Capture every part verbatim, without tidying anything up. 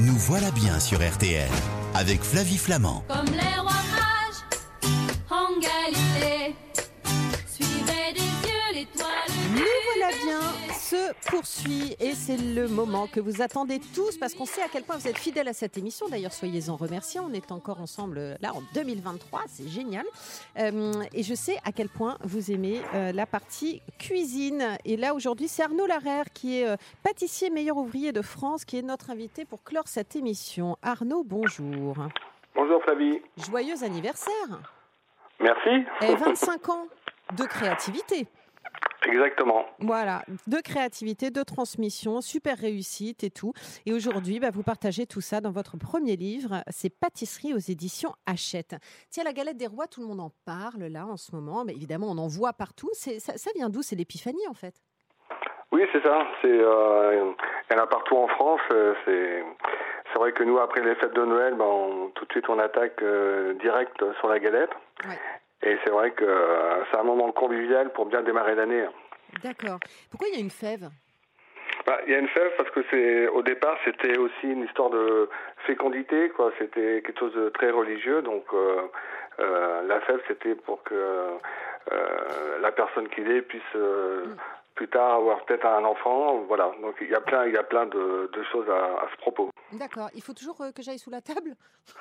Nous voilà bien sur R T L avec Flavie Flamand. Comme les rois mages en Galilée, suivez des yeux l'étoile. Nous voilà bien se poursuit et c'est le moment que vous attendez tous parce qu'on sait à quel point vous êtes fidèles à cette émission. D'ailleurs, soyez-en remerciés. On est encore ensemble là en deux mille vingt-trois, c'est génial. Euh, et je sais à quel point vous aimez euh, la partie cuisine. Et là, aujourd'hui, c'est Arnaud Larère qui est euh, pâtissier meilleur ouvrier de France qui est notre invité pour clore cette émission. Arnaud, bonjour. Bonjour Flavie. Joyeux anniversaire. Merci. Et vingt-cinq ans de créativité. Exactement. Voilà, de créativité, de transmission, super réussite et tout. Et aujourd'hui, bah, vous partagez tout ça dans votre premier livre, c'est Pâtisserie aux éditions Hachette. Tiens, la galette des rois, tout le monde en parle là en ce moment. Mais évidemment, on en voit partout. C'est, ça, ça vient d'où? C'est l'épiphanie en fait. Oui, c'est ça. C'est, euh, il y en a partout en France. C'est, c'est vrai que nous, après les fêtes de Noël, ben, on, tout de suite, on attaque euh, direct sur la galette. Ouais. Et c'est vrai que euh, c'est un moment convivial pour bien démarrer l'année. D'accord. Pourquoi il y a une fève? Bah, il y a une fève parce que c'est, au départ, c'était aussi une histoire de fécondité, quoi. C'était quelque chose de très religieux. Donc, euh, euh, la fève, c'était pour que euh, la personne qui l'est puisse euh, mm. plus tard avoir peut-être un enfant. Voilà. Donc, il y a plein, il y a plein de, de choses à, à ce propos. D'accord. Il faut toujours euh, que j'aille sous la table?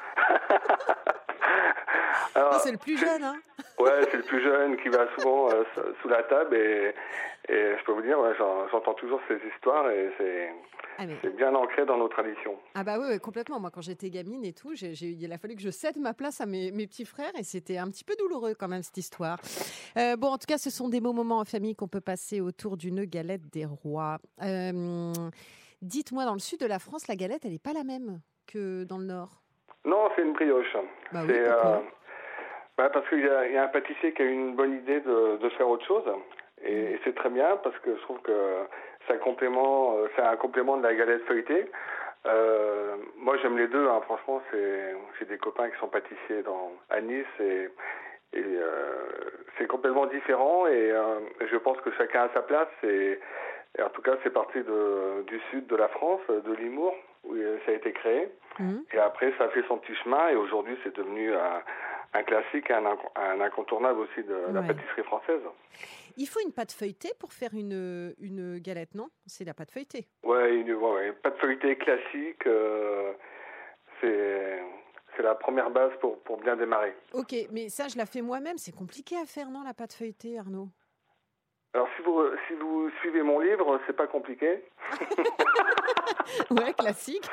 Alors, non, c'est le plus jeune, hein. Ouais, c'est le plus jeune qui va souvent euh, sous la table et, et je peux vous dire, ouais, j'en, j'entends toujours ces histoires et c'est, ah mais... c'est bien ancré dans nos traditions. Ah bah oui, oui, complètement. Moi, quand j'étais gamine et tout, j'ai, j'ai, il a fallu que je cède ma place à mes, mes petits frères et c'était un petit peu douloureux quand même cette histoire. Euh, bon, en tout cas, ce sont des beaux moments en famille qu'on peut passer autour d'une galette des rois. Euh, dites-moi, dans le sud de la France, la galette, elle n'est pas la même que dans le nord? Non, c'est une brioche. Bah c'est, oui, pourquoi euh, bah parce qu'il y a, il y a un pâtissier qui a eu une bonne idée de, de faire autre chose. Et, mmh. et c'est très bien parce que je trouve que c'est un complément, c'est un complément de la galette feuilletée. Euh, moi, j'aime les deux. Hein. Franchement, c'est, j'ai des copains qui sont pâtissiers dans, à Nice et, et euh, c'est complètement différent. Et euh, je pense que chacun a sa place. Et, et en tout cas, c'est parti de, du sud de la France, de Limours, où ça a été créé. Mmh. Et après, ça a fait son petit chemin. Et aujourd'hui, c'est devenu un, un classique, un, un incontournable aussi de ouais. la pâtisserie française. Il faut une pâte feuilletée pour faire une, une galette, non? C'est la pâte feuilletée. Ouais, une ouais, ouais. pâte feuilletée classique. Euh, c'est, c'est la première base pour, pour bien démarrer. Ok, mais ça, je la fais moi-même. C'est compliqué à faire, non, la pâte feuilletée, Arnaud? Alors, si vous, si vous suivez mon livre, c'est pas compliqué. Ouais, classique.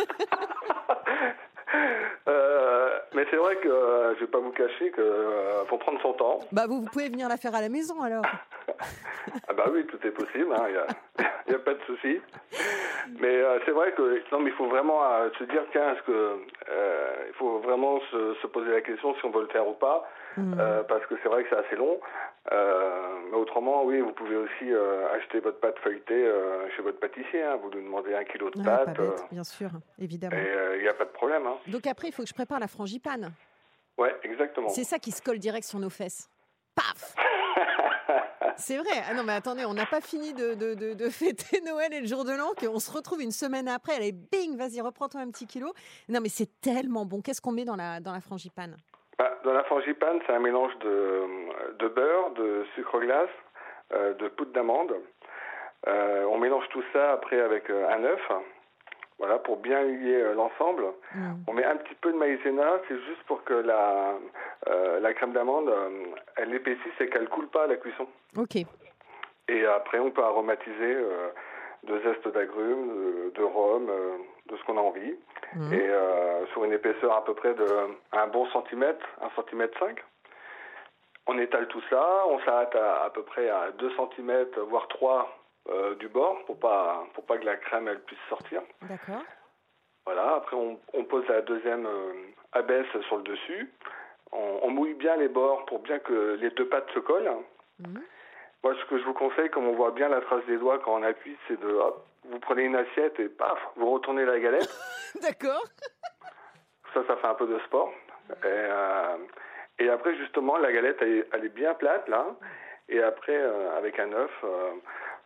euh, mais c'est vrai que euh, je vais pas vous cacher que euh, faut prendre son temps. Bah, vous, vous pouvez venir la faire à la maison, alors. Ah bah oui, tout est possible, il hein, y, a, y a pas de souci. Mais euh, c'est vrai que non, mais il faut vraiment euh, se dire tiens, est-ce que euh, il faut vraiment se, se poser la question si on veut le faire ou pas, mmh. euh, parce que c'est vrai que c'est assez long. Euh, mais autrement, oui, vous pouvez aussi euh, acheter votre pâte feuilletée euh, chez votre pâtissier. Hein, vous lui demandez un kilo de ouais, pâte. Pas bête, euh, bien sûr, évidemment. Et il euh, n'y a pas de problème. Hein. Donc après, il faut que je prépare la frangipane. Ouais, exactement. C'est ça qui se colle direct sur nos fesses. Paf. C'est vrai. Ah non, mais attendez, on n'a pas fini de, de, de, de fêter Noël et le jour de l'an, qu'on se retrouve une semaine après. Allez, bing, vas-y, reprends-toi un petit kilo. Non, mais c'est tellement bon. Qu'est-ce qu'on met dans la, dans la frangipane? Bah, dans la frangipane, c'est un mélange de, de beurre, de sucre glace, euh, de poudre d'amande. Euh, on mélange tout ça après avec euh, un œuf. Voilà, pour bien lier euh, l'ensemble. Mmh. On met un petit peu de maïzena, c'est juste pour que la, euh, la crème d'amande, euh, elle épaississe et qu'elle ne coule pas à la cuisson. Ok. Et après, on peut aromatiser euh, de zeste d'agrumes, de, de rhum, euh, de ce qu'on a envie. Mmh. Et euh, sur une épaisseur à peu près de un bon centimètre, un centimètre cinq. On étale tout ça, on s'arrête à, à peu près à deux centimètres, voire trois Euh, du bord pour pas pour pas que la crème elle puisse sortir. D'accord. Voilà. Après on, on pose la deuxième euh, abaisse sur le dessus. On, on mouille bien les bords pour bien que les deux pâtes se collent. Mmh. Moi ce que je vous conseille, comme on voit bien la trace des doigts quand on appuie, c'est de hop, vous prenez une assiette et paf, vous retournez la galette. D'accord. Ça ça fait un peu de sport. Et, euh, et après justement la galette elle, elle est bien plate là. Et après euh, avec un œuf. Euh,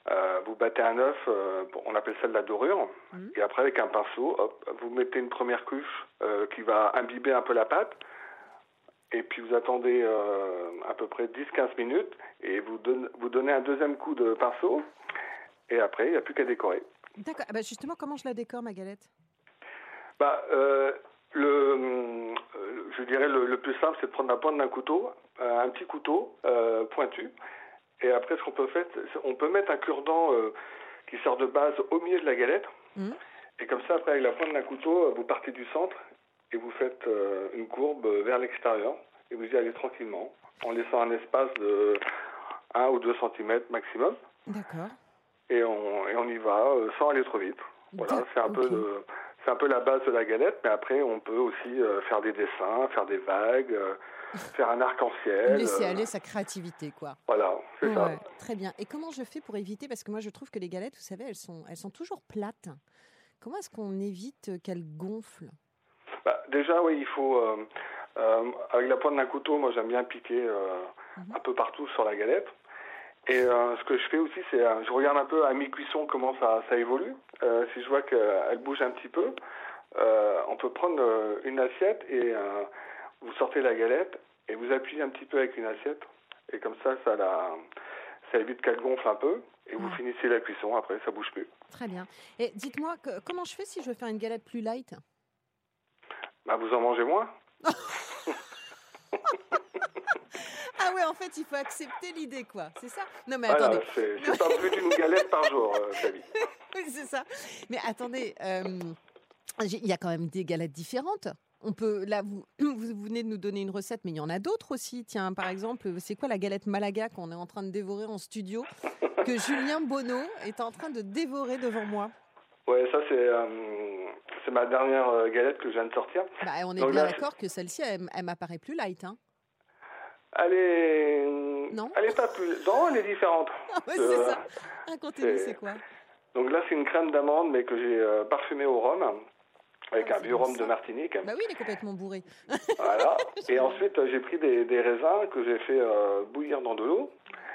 Euh, vous battez un œuf, euh, on appelle ça de la dorure, mmh. et après avec un pinceau, hop, vous mettez une première couche euh, qui va imbiber un peu la pâte, et puis vous attendez euh, à peu près dix à quinze minutes, et vous, donne, vous donnez un deuxième coup de pinceau, et après il n'y a plus qu'à décorer. D'accord, ah bah justement comment je la décore ma galette? bah, euh, le, euh, Je dirais le, le plus simple c'est de prendre la pointe d'un couteau, euh, un petit couteau euh, pointu. Et après, ce qu'on peut faire, on peut mettre un cure-dent euh, qui sert de base au milieu de la galette. Mmh. Et comme ça, après, avec la pointe d'un couteau, vous partez du centre et vous faites euh, une courbe vers l'extérieur. Et vous y allez tranquillement, en laissant un espace de un ou deux centimètres maximum. D'accord. Et on, et on y va euh, sans aller trop vite. Voilà, c'est un, okay. peu de, c'est un peu la base de la galette. Mais après, on peut aussi euh, faire des dessins, faire des vagues... Euh, faire un arc-en-ciel. Laisser aller sa créativité, quoi. Voilà, c'est ouais, ça. Très bien. Et comment je fais pour éviter, parce que moi je trouve que les galettes, vous savez, elles sont, elles sont toujours plates. Comment est-ce qu'on évite qu'elles gonflent? bah, Déjà, oui, il faut, euh, euh, avec la pointe d'un couteau, moi j'aime bien piquer euh, mm-hmm. un peu partout sur la galette. Et euh, ce que je fais aussi, c'est euh, je regarde un peu à mi-cuisson comment ça, ça évolue. Euh, si je vois qu'elle bouge un petit peu, euh, on peut prendre euh, une assiette et euh, vous sortez la galette et vous appuyez un petit peu avec une assiette. Et comme ça, ça, la, ça évite qu'elle gonfle un peu. Et vous ouais. finissez la cuisson, après, ça ne bouge plus. Très bien. Et dites-moi, que, comment je fais si je veux faire une galette plus light? bah, Vous en mangez moins. Ah ouais, en fait, il faut accepter l'idée, quoi. C'est ça? Non, mais voilà, attendez. C'est, c'est pas plus d'une galette par jour, euh, Flavie. Oui, c'est ça. Mais attendez, euh, il y a quand même des galettes différentes. On peut, là, vous, vous venez de nous donner une recette, mais il y en a d'autres aussi. Tiens, par exemple, c'est quoi la galette Malaga qu'on est en train de dévorer en studio, que Julien Bonneau est en train de dévorer devant moi? Ouais, ça, c'est, euh, c'est ma dernière galette que je viens de sortir. Bah, on est Donc, bien là, d'accord que celle-ci, elle, elle m'apparaît plus light, hein. Elle est... Non. Elle est pas plus... Non, elle est différente. Ah ouais, euh, c'est ça. Racontez-nous, c'est... c'est quoi? Donc là, c'est une crème d'amande, mais que j'ai euh, parfumée au rhum. Avec ah, un vieux rhum de Martinique. Bah oui, il est complètement bourré. Voilà. Et ensuite, j'ai pris des, des raisins que j'ai fait euh, bouillir dans de l'eau.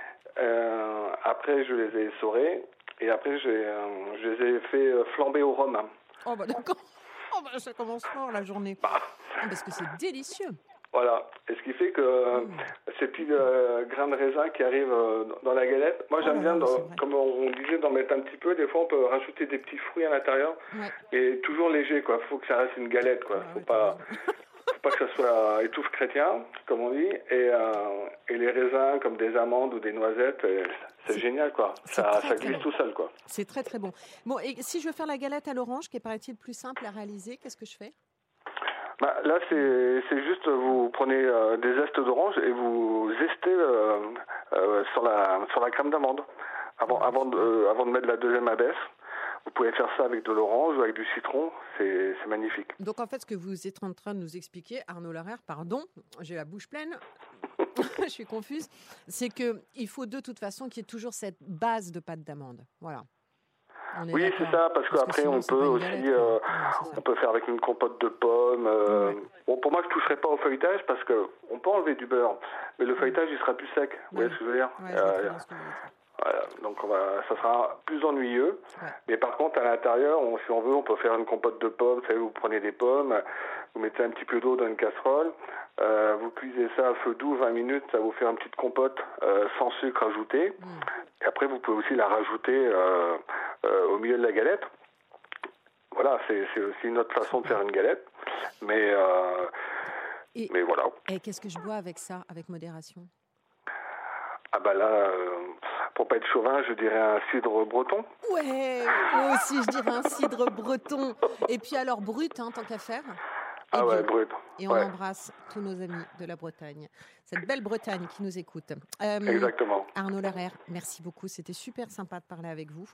Euh, après, je les ai essorés. Et après, j'ai, euh, je les ai fait flamber au rhum. Oh bah d'accord. Oh bah ça commence fort la journée. Bah. Ah, parce que c'est délicieux. Voilà. Et ce qui fait que mmh. ces petits euh, grains de raisin qui arrivent euh, dans la galette, moi j'aime oh bien, dans, comme on disait, d'en mettre un petit peu. Des fois, on peut rajouter des petits fruits à l'intérieur. Ouais. Et toujours léger, quoi. Faut que ça reste une galette, quoi. Faut ouais, pas, faut pas que ça soit étouffe chrétien, comme on dit. Et, euh, et les raisins, comme des amandes ou des noisettes, c'est, c'est génial, quoi. Ça, très, ça glisse bon. tout seul, quoi. C'est très, très bon. Bon, et si je veux faire la galette à l'orange, qui est, paraît-il, plus simple à réaliser, qu'est-ce que je fais? Bah, là, c'est, c'est juste, vous prenez euh, des zestes d'orange et vous zestez euh, euh, sur, la, sur la crème d'amande. Avant, avant, de, euh, avant de mettre la deuxième abaisse, vous pouvez faire ça avec de l'orange ou avec du citron, c'est, c'est magnifique. Donc en fait, ce que vous êtes en train de nous expliquer, Arnaud Larère, pardon, j'ai la bouche pleine, je suis confuse, c'est qu'il faut de toute façon qu'il y ait toujours cette base de pâte d'amande. Voilà. Oui, d'accord. C'est ça, parce, parce qu'après, on peut aussi, galette, euh, ouais, on peut faire avec une compote de pommes. Euh, ouais. Bon, pour moi, je ne toucherai pas au feuilletage parce qu'on peut enlever du beurre, mais le feuilletage, il sera plus sec. Ouais. Vous voyez ce que je veux dire? Ouais, euh, voilà, donc on va, ça sera plus ennuyeux. Ouais. Mais par contre, à l'intérieur, on, si on veut, on peut faire une compote de pommes. Vous savez, vous prenez des pommes, vous mettez un petit peu d'eau dans une casserole, euh, vous cuisez ça à feu doux vingt minutes, ça vous fait une petite compote euh, sans sucre ajouté. Mm. Et après, vous pouvez aussi la rajouter euh, euh, au milieu de la galette. Voilà, c'est, c'est aussi une autre façon de faire une galette. Mais, euh, et, mais voilà. Et qu'est-ce que je bois avec ça, avec modération? Ah bah là, euh, pour pas être chauvin, je dirais un cidre breton. Ouais, moi aussi je dirais un cidre breton. Et puis alors brut, hein, tant qu'à faire. Et ah ouais, bio. brut. Et on ouais. embrasse tous nos amis de la Bretagne. Cette belle Bretagne qui nous écoute. Euh, Exactement. Arnaud Larère, merci beaucoup. C'était super sympa de parler avec vous.